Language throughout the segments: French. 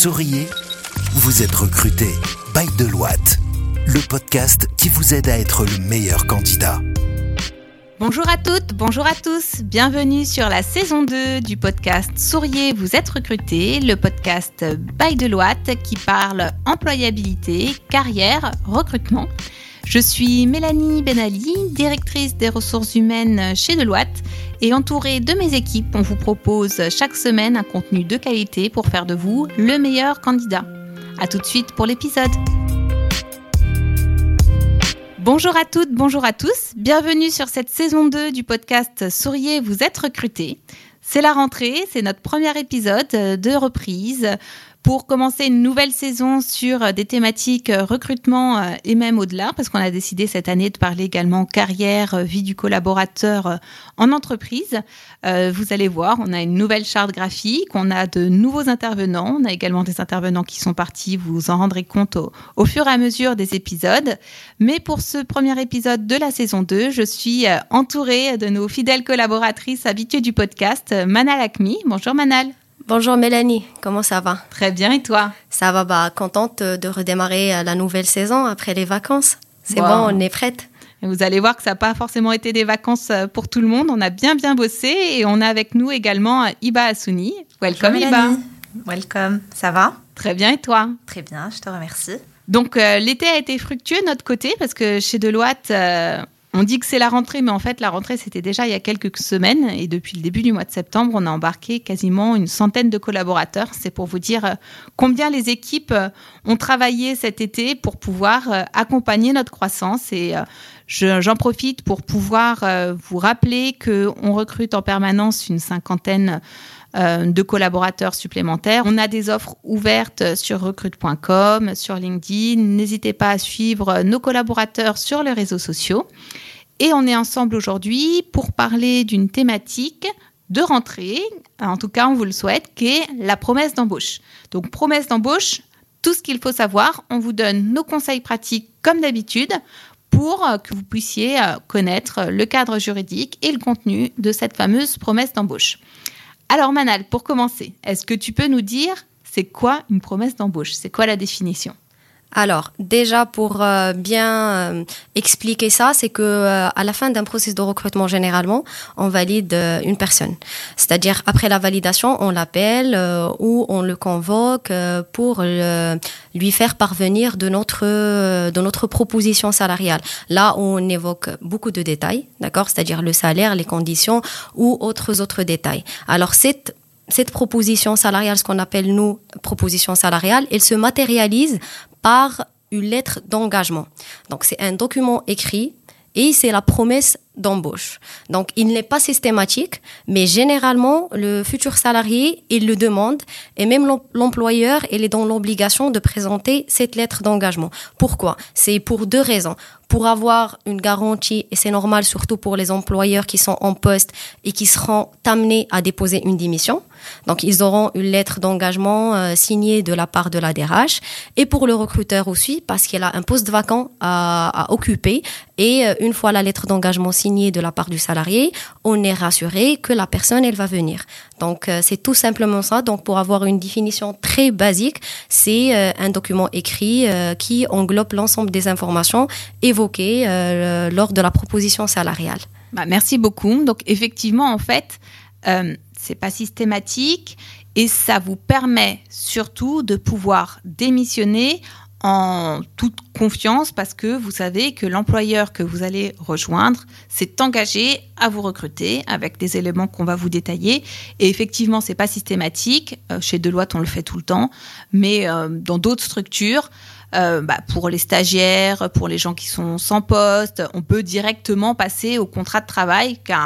Souriez, vous êtes recruté by Deloitte, le podcast qui vous aide à être le meilleur candidat. Bonjour à toutes, bonjour à tous, bienvenue sur la saison 2 du podcast Souriez, vous êtes recruté, le podcast by Deloitte qui parle employabilité, carrière, recrutement. Je suis Mélanie Benali, directrice des ressources humaines chez Deloitte et entourée de mes équipes, on vous propose chaque semaine un contenu de qualité pour faire de vous le meilleur candidat. À tout de suite pour l'épisode. Bonjour à toutes, bonjour à tous, bienvenue sur cette saison 2 du podcast Souriez, vous êtes recruté. C'est la rentrée, c'est notre premier épisode de reprise pour commencer une nouvelle saison sur des thématiques recrutement et même au-delà, parce qu'on a décidé cette année de parler également carrière, vie du collaborateur en entreprise. Vous allez voir, on a une nouvelle charte graphique, on a de nouveaux intervenants, on a également des intervenants qui sont partis, vous vous en rendrez compte au fur et à mesure des épisodes. Mais pour ce premier épisode de la saison 2, je suis entourée de nos fidèles collaboratrices habituées du podcast, Manal Akmi. Bonjour Manal. Bonjour Mélanie, comment ça va? Très bien, et toi? Ça va, contente de redémarrer la nouvelle saison après les vacances. C'est bon, on est prête. Et vous allez voir que ça n'a pas forcément été des vacances pour tout le monde. On a bien bossé et on a avec nous également Iba Assouni. Welcome Iba. Welcome, ça va? Très bien, et toi? Très bien, je te remercie. Donc l'été a été fructueux de notre côté parce que chez Deloitte, on dit que c'est la rentrée, mais en fait, la rentrée, c'était déjà il y a quelques semaines. Et depuis le début du mois de septembre, on a embarqué quasiment une centaine de collaborateurs. C'est pour vous dire combien les équipes ont travaillé cet été pour pouvoir accompagner notre croissance. Et j'en profite pour pouvoir vous rappeler qu'on recrute en permanence une cinquantaine de collaborateurs supplémentaires. On a des offres ouvertes sur recrute.com, sur LinkedIn. N'hésitez pas à suivre nos collaborateurs sur les réseaux sociaux. Et on est ensemble aujourd'hui pour parler d'une thématique de rentrée, en tout cas on vous le souhaite, qui est la promesse d'embauche. Donc promesse d'embauche, tout ce qu'il faut savoir, on vous donne nos conseils pratiques comme d'habitude pour que vous puissiez connaître le cadre juridique et le contenu de cette fameuse promesse d'embauche. Alors Manal, pour commencer, est-ce que tu peux nous dire c'est quoi une promesse d'embauche? C'est quoi la définition? Alors, déjà pour bien expliquer ça, c'est que à la fin d'un processus de recrutement, généralement, on valide une personne. C'est-à-dire, après la validation, on l'appelle ou on le convoque pour lui faire parvenir de notre proposition salariale. Là, on évoque beaucoup de détails, d'accord? C'est-à-dire le salaire, les conditions ou autres détails. Alors, cette proposition salariale, ce qu'on appelle nous proposition salariale, elle se matérialise par une lettre d'engagement. Donc, c'est un document écrit et c'est la promesse d'embauche. Donc, il n'est pas systématique, mais généralement, le futur salarié, il le demande et même l'employeur, il est dans l'obligation de présenter cette lettre d'engagement. Pourquoi? C'est pour deux raisons. Pour avoir une garantie, et c'est normal surtout pour les employeurs qui sont en poste et qui seront amenés à déposer une démission. Donc, ils auront une lettre d'engagement signée de la part de la DRH. Et pour le recruteur aussi, parce qu'il a un poste vacant à occuper. Et une fois la lettre d'engagement signée de la part du salarié, on est rassuré que la personne, elle va venir. Donc, c'est tout simplement ça. Donc, pour avoir une définition très basique, c'est un document écrit qui englobe l'ensemble des informations évoquées lors de la proposition salariale. Merci beaucoup. Donc, effectivement, en fait, c'est pas systématique et ça vous permet surtout de pouvoir démissionner en toute confiance parce que vous savez que l'employeur que vous allez rejoindre s'est engagé à vous recruter avec des éléments qu'on va vous détailler. Et effectivement, c'est pas systématique. Chez Deloitte, on le fait tout le temps. Mais dans d'autres structures, pour les stagiaires, pour les gens qui sont sans poste, on peut directement passer au contrat de travail qui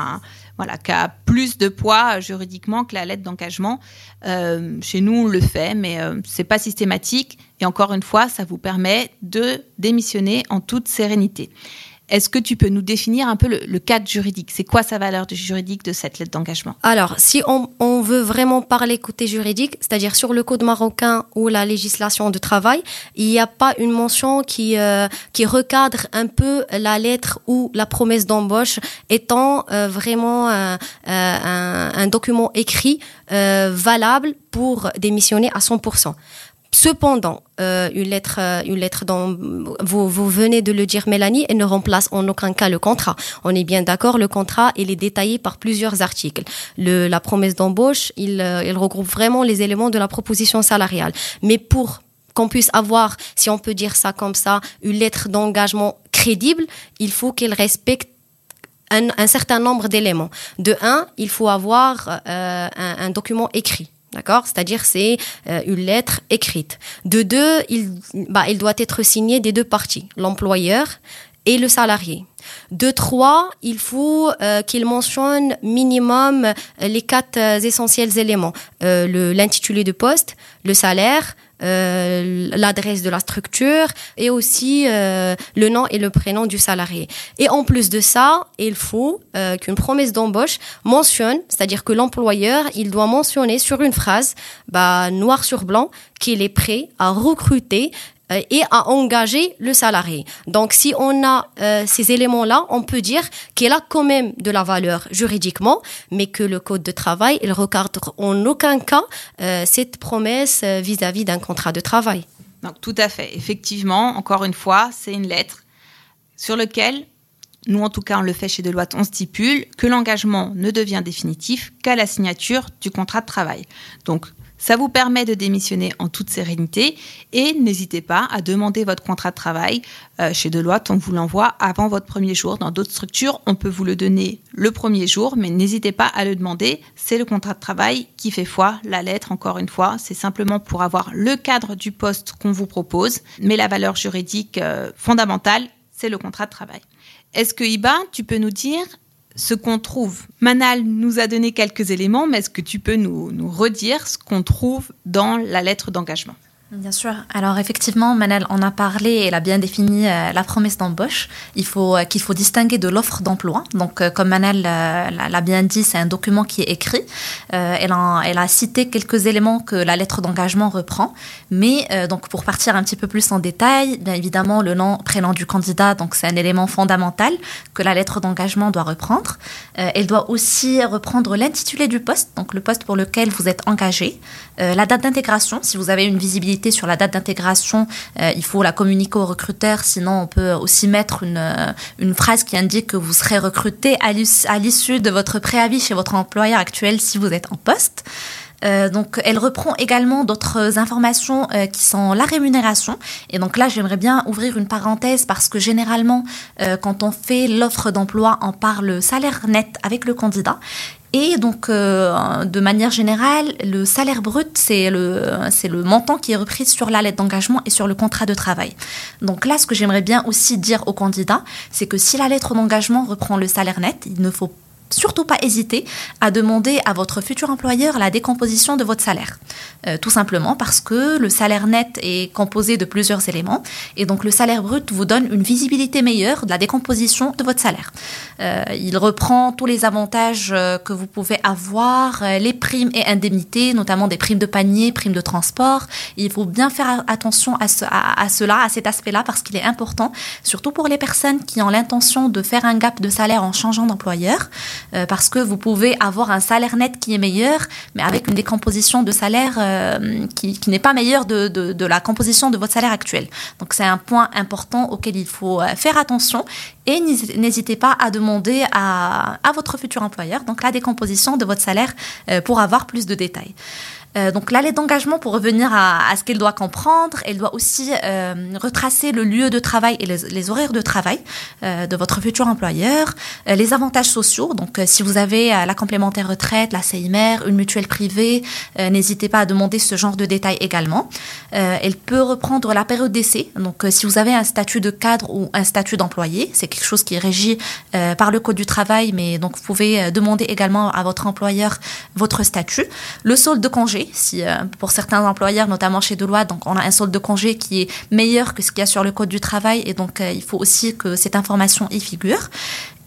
a plus de poids juridiquement que la lettre d'engagement. Chez nous, on le fait, mais c'est pas systématique. Et encore une fois, ça vous permet de démissionner en toute sérénité. Est-ce que tu peux nous définir un peu le cadre juridique? C'est quoi sa valeur juridique de cette lettre d'engagement? Alors, si on veut vraiment parler côté juridique, c'est-à-dire sur le code marocain ou la législation du travail, il n'y a pas une mention qui recadre un peu la lettre ou la promesse d'embauche étant vraiment un document écrit valable pour démissionner à 100%. Cependant, une lettre dont vous venez de le dire, Mélanie, elle ne remplace en aucun cas le contrat. On est bien d'accord, le contrat, il est détaillé par plusieurs articles. La promesse d'embauche, il regroupe vraiment les éléments de la proposition salariale. Mais pour qu'on puisse avoir, si on peut dire ça comme ça, une lettre d'engagement crédible, il faut qu'elle respecte un certain nombre d'éléments. De un, il faut avoir un document écrit. D'accord? C'est-à-dire, c'est une lettre écrite. De deux, il doit être signé des deux parties, l'employeur et le salarié. De trois, il faut qu'il mentionne minimum les 4 essentiels éléments. L'intitulé de poste, le salaire, l'adresse de la structure et aussi le nom et le prénom du salarié. Et en plus de ça, il faut qu'une promesse d'embauche mentionne, c'est-à-dire que l'employeur, il doit mentionner sur une phrase, noir sur blanc, qu'il est prêt à recruter et à engager le salarié. Donc, si on a ces éléments-là, on peut dire qu'il a quand même de la valeur juridiquement, mais que le Code de travail, il recadre en aucun cas cette promesse vis-à-vis d'un contrat de travail. Donc, tout à fait. Effectivement, encore une fois, c'est une lettre sur laquelle, nous en tout cas, on le fait chez Deloitte, on stipule que l'engagement ne devient définitif qu'à la signature du contrat de travail. Donc, ça vous permet de démissionner en toute sérénité et n'hésitez pas à demander votre contrat de travail. Chez Deloitte, on vous l'envoie avant votre premier jour. Dans d'autres structures, on peut vous le donner le premier jour, mais n'hésitez pas à le demander. C'est le contrat de travail qui fait foi. La lettre, encore une fois, c'est simplement pour avoir le cadre du poste qu'on vous propose. Mais la valeur juridique fondamentale, c'est le contrat de travail. Est-ce que Hiba, tu peux nous dire ce qu'on trouve? Manal nous a donné quelques éléments, mais est-ce que tu peux nous redire ce qu'on trouve dans la lettre d'engagement? Bien sûr. Alors effectivement, Manal en a parlé, elle a bien défini la promesse d'embauche. Qu'il faut distinguer de l'offre d'emploi. Donc comme Manal l'a bien dit, c'est un document qui est écrit. Elle a cité quelques éléments que la lettre d'engagement reprend. Mais donc pour partir un petit peu plus en détail, bien évidemment le nom, prénom du candidat, donc c'est un élément fondamental que la lettre d'engagement doit reprendre. Elle doit aussi reprendre l'intitulé du poste, donc le poste pour lequel vous êtes engagé, la date d'intégration, si vous avez une visibilité sur la date d'intégration, il faut la communiquer au recruteur. Sinon, on peut aussi mettre une phrase qui indique que vous serez recruté à l'issue de votre préavis chez votre employeur actuel si vous êtes en poste. Donc, elle reprend également d'autres informations qui sont la rémunération. Et donc là, j'aimerais bien ouvrir une parenthèse parce que généralement, quand on fait l'offre d'emploi, on parle salaire net avec le candidat. Et donc, de manière générale, le salaire brut, c'est le montant qui est repris sur la lettre d'engagement et sur le contrat de travail. Donc là, ce que j'aimerais bien aussi dire aux candidats, c'est que si la lettre d'engagement reprend le salaire net, il ne faut surtout pas hésiter à demander à votre futur employeur la décomposition de votre salaire. Tout simplement parce que le salaire net est composé de plusieurs éléments et donc le salaire brut vous donne une visibilité meilleure de la décomposition de votre salaire. Il reprend tous les avantages que vous pouvez avoir, les primes et indemnités, notamment des primes de panier, primes de transport. Il faut bien faire attention à cela, à cet aspect-là, parce qu'il est important, surtout pour les personnes qui ont l'intention de faire un gap de salaire en changeant d'employeur. Parce que vous pouvez avoir un salaire net qui est meilleur, mais avec une décomposition de salaire qui n'est pas meilleure de la composition de votre salaire actuel. Donc c'est un point important auquel il faut faire attention et n'hésitez pas à demander à votre futur employeur donc la décomposition de votre salaire pour avoir plus de détails. Donc la lettre d'engagement, pour revenir à ce qu'elle doit comprendre, elle doit aussi retracer le lieu de travail et les horaires de travail de votre futur employeur, les avantages sociaux, donc si vous avez la complémentaire retraite, la CIMR, une mutuelle privée, n'hésitez pas à demander ce genre de détails également. Elle peut reprendre la période d'essai, donc si vous avez un statut de cadre ou un statut d'employé, c'est quelque chose qui est régi par le Code du travail, mais donc vous pouvez demander également à votre employeur votre statut. Le solde de congé, si pour certains employeurs, notamment chez Deloitte, donc on a un solde de congé qui est meilleur que ce qu'il y a sur le Code du travail et donc il faut aussi que cette information y figure.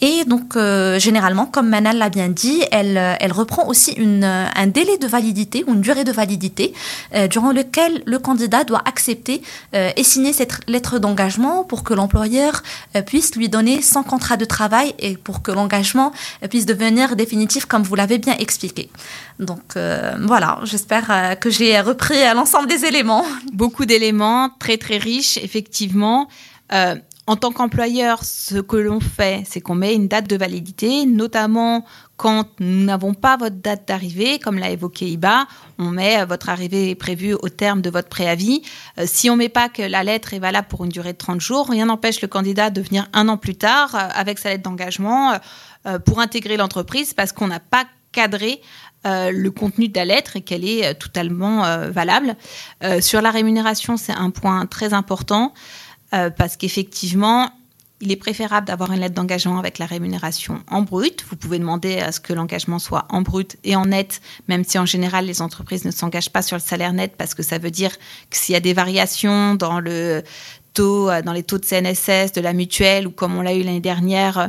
Et donc, généralement, comme Manal l'a bien dit, elle reprend aussi un délai de validité ou une durée de validité durant lequel le candidat doit accepter et signer cette lettre d'engagement pour que l'employeur puisse lui donner son contrat de travail et pour que l'engagement puisse devenir définitif, comme vous l'avez bien expliqué. Donc, voilà, j'espère que j'ai repris l'ensemble des éléments. Beaucoup d'éléments, très très riches, effectivement. En tant qu'employeur, ce que l'on fait, c'est qu'on met une date de validité, notamment quand nous n'avons pas votre date d'arrivée, comme l'a évoqué Hiba, on met votre arrivée prévue au terme de votre préavis. Si on ne met pas que la lettre est valable pour une durée de 30 jours, rien n'empêche le candidat de venir 1 an plus tard avec sa lettre d'engagement pour intégrer l'entreprise parce qu'on n'a pas cadré le contenu de la lettre et qu'elle est totalement valable. Sur la rémunération, c'est un point très important parce qu'effectivement, il est préférable d'avoir une lettre d'engagement avec la rémunération en brut. Vous pouvez demander à ce que l'engagement soit en brut et en net, même si en général, les entreprises ne s'engagent pas sur le salaire net parce que ça veut dire que s'il y a des variations dans les taux de CNSS, de la mutuelle, ou comme on l'a eu l'année dernière,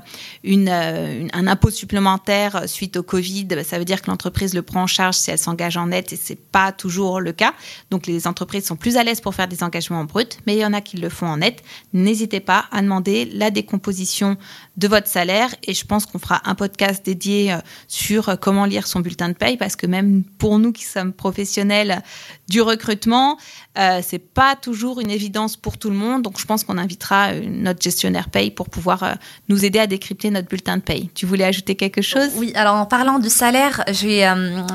un impôt supplémentaire suite au Covid, ça veut dire que l'entreprise le prend en charge si elle s'engage en net et c'est pas toujours le cas. Donc les entreprises sont plus à l'aise pour faire des engagements en brut, mais il y en a qui le font en net. N'hésitez pas à demander la décomposition de votre salaire et je pense qu'on fera un podcast dédié sur comment lire son bulletin de paye parce que même pour nous qui sommes professionnels du recrutement, c'est pas toujours une évidence pour tout le monde. Donc, je pense qu'on invitera notre gestionnaire paye pour pouvoir nous aider à décrypter notre bulletin de paye. Tu voulais ajouter quelque chose ? Oui, alors en parlant du salaire, j'ai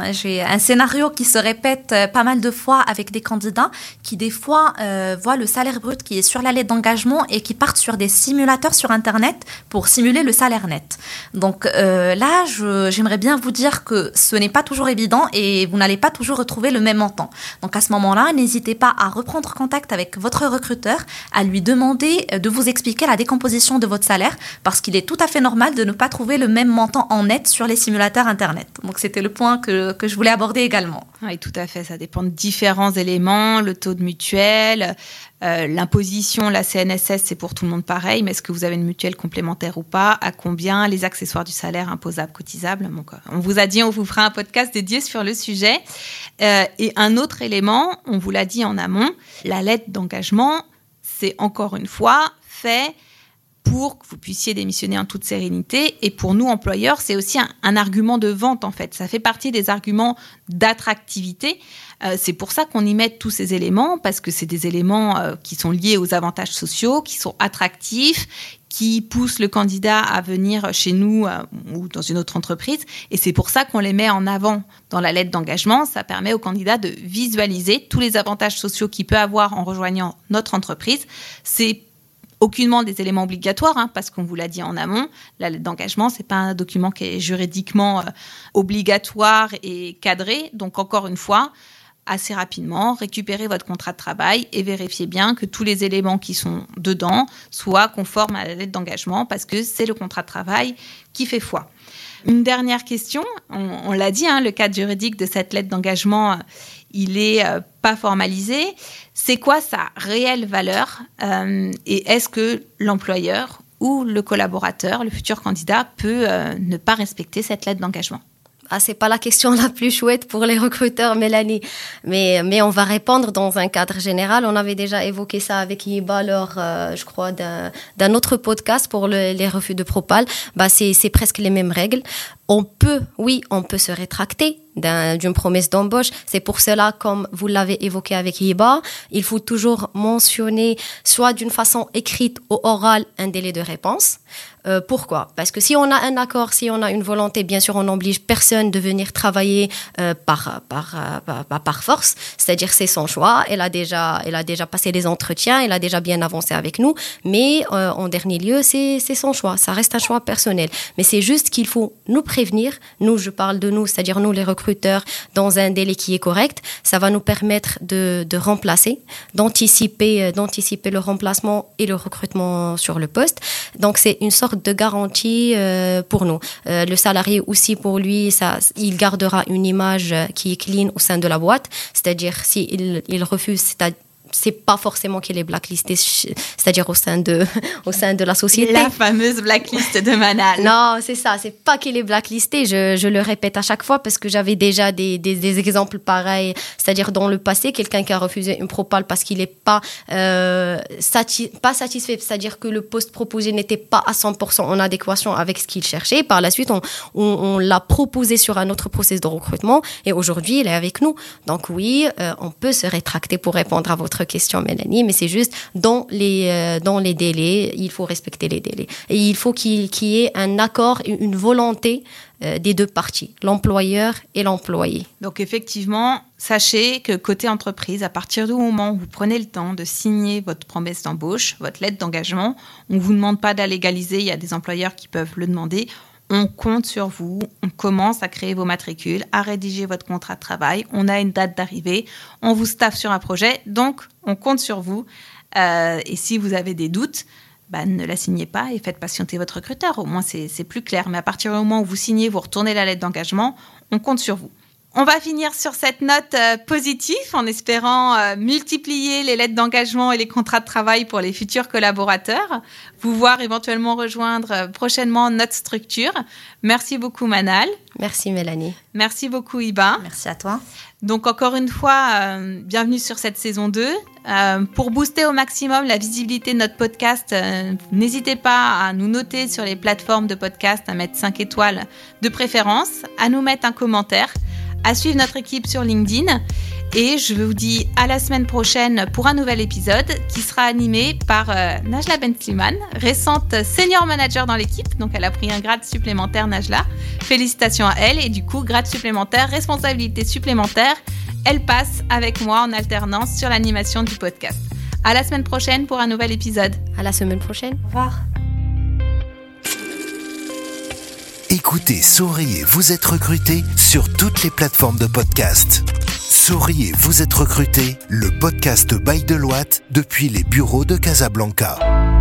un scénario qui se répète pas mal de fois avec des candidats qui, des fois, voient le salaire brut qui est sur la lettre d'engagement et qui partent sur des simulateurs sur Internet pour simuler le salaire net. Donc là, j'aimerais bien vous dire que ce n'est pas toujours évident et vous n'allez pas toujours retrouver le même montant. Donc à ce moment-là, n'hésitez pas à reprendre contact avec votre recruteur, à lui demander de vous expliquer la décomposition de votre salaire parce qu'il est tout à fait normal de ne pas trouver le même montant en net sur les simulateurs Internet. Donc, c'était le point que je voulais aborder également. Oui, tout à fait. Ça dépend de différents éléments, le taux de mutuelle, l'imposition, la CNSS, c'est pour tout le monde pareil, mais est-ce que vous avez une mutuelle complémentaire ou pas ? À combien ? Les accessoires du salaire imposables, cotisables. Donc, on vous a dit, on vous fera un podcast dédié sur le sujet. Et un autre élément, on vous l'a dit en amont, la lettre d'engagement, c'est encore une fois fait pour que vous puissiez démissionner en toute sérénité. Et pour nous, employeurs, c'est aussi un argument de vente, en fait. Ça fait partie des arguments d'attractivité. C'est pour ça qu'on y met tous ces éléments, parce que c'est des éléments qui sont liés aux avantages sociaux, qui sont attractifs, qui poussent le candidat à venir chez nous ou dans une autre entreprise. Et c'est pour ça qu'on les met en avant dans la lettre d'engagement. Ça permet au candidat de visualiser tous les avantages sociaux qu'il peut avoir en rejoignant notre entreprise. C'est aucunement des éléments obligatoires, parce qu'on vous l'a dit en amont, la lettre d'engagement, c'est pas un document qui est juridiquement obligatoire et cadré. Donc encore une fois, assez rapidement, récupérez votre contrat de travail et vérifiez bien que tous les éléments qui sont dedans soient conformes à la lettre d'engagement parce que c'est le contrat de travail qui fait foi. Une dernière question, on l'a dit, le cadre juridique de cette lettre d'engagement, il n'est pas formalisé. C'est quoi sa réelle valeur et est-ce que l'employeur ou le collaborateur, le futur candidat, peut ne pas respecter cette lettre d'engagement ? C'est pas la question la plus chouette pour les recruteurs, Mélanie. Mais on va répondre dans un cadre général. On avait déjà évoqué ça avec Hiba lors, je crois, d'un autre podcast pour les refus de propal. C'est presque les mêmes règles. On peut se rétracter d'une promesse d'embauche. C'est pour cela, comme vous l'avez évoqué avec Hiba, il faut toujours mentionner, soit d'une façon écrite ou orale, un délai de réponse. Pourquoi ? Parce que si on a un accord, si on a une volonté, bien sûr, on n'oblige personne de venir travailler par force. C'est-à-dire, c'est son choix. Elle a déjà passé les entretiens, elle a déjà bien avancé avec nous. Mais en dernier lieu, c'est son choix. Ça reste un choix personnel. Mais c'est juste qu'il faut nous prévenir. Nous, je parle de nous, c'est-à-dire nous, les recruteurs, dans un délai qui est correct. Ça va nous permettre de remplacer, d'anticiper le remplacement et le recrutement sur le poste. Donc, c'est une sorte de garantie pour nous. Le salarié aussi, pour lui, il gardera une image qui est clean au sein de la boîte. C'est-à-dire, s'il refuse, c'est pas forcément qu'il est blacklisté, c'est-à-dire au sein de la société. La fameuse blacklist de Manal. Non, c'est ça, c'est pas qu'il est blacklisté, je le répète à chaque fois parce que j'avais déjà des exemples pareils, c'est-à-dire dans le passé, quelqu'un qui a refusé une propale parce qu'il n'est pas satisfait, c'est-à-dire que le poste proposé n'était pas à 100% en adéquation avec ce qu'il cherchait. Par la suite, on l'a proposé sur un autre processus de recrutement et aujourd'hui, il est avec nous. Donc oui, on peut se rétracter pour répondre à votre question, Mélanie, mais c'est juste dans les délais, il faut respecter les délais. Et il faut qu'il y ait un accord, une volonté des deux parties, l'employeur et l'employé. Donc effectivement, sachez que côté entreprise, à partir du moment où vous prenez le temps de signer votre promesse d'embauche, votre lettre d'engagement, on ne vous demande pas de la légaliser, il y a des employeurs qui peuvent le demander. On compte sur vous, on commence à créer vos matricules, à rédiger votre contrat de travail, on a une date d'arrivée, on vous staffe sur un projet, donc on compte sur vous. Et si vous avez des doutes, ne la signez pas et faites patienter votre recruteur. Au moins, c'est plus clair. Mais à partir du moment où vous signez, vous retournez la lettre d'engagement, on compte sur vous. On va finir sur cette note positive en espérant multiplier les lettres d'engagement et les contrats de travail pour les futurs collaborateurs, vous voir éventuellement rejoindre prochainement notre structure. Merci beaucoup Manal. Merci Mélanie. Merci beaucoup Hiba. Merci à toi. Donc encore une fois, bienvenue sur cette saison 2. Pour booster au maximum la visibilité de notre podcast, n'hésitez pas à nous noter sur les plateformes de podcast, à mettre 5 étoiles de préférence, à nous mettre un commentaire, à suivre notre équipe sur LinkedIn. Et je vous dis à la semaine prochaine pour un nouvel épisode qui sera animé par Najla Ben-Sliman, récente senior manager dans l'équipe. Donc elle a pris un grade supplémentaire, Najla. Félicitations à elle. Et du coup, grade supplémentaire, responsabilité supplémentaire. Elle passe avec moi en alternance sur l'animation du podcast. À la semaine prochaine pour un nouvel épisode. À la semaine prochaine. Au revoir. Écoutez Souriez, vous êtes recruté sur toutes les plateformes de podcast. Souriez, vous êtes recruté, le podcast by Deloitte depuis les bureaux de Casablanca.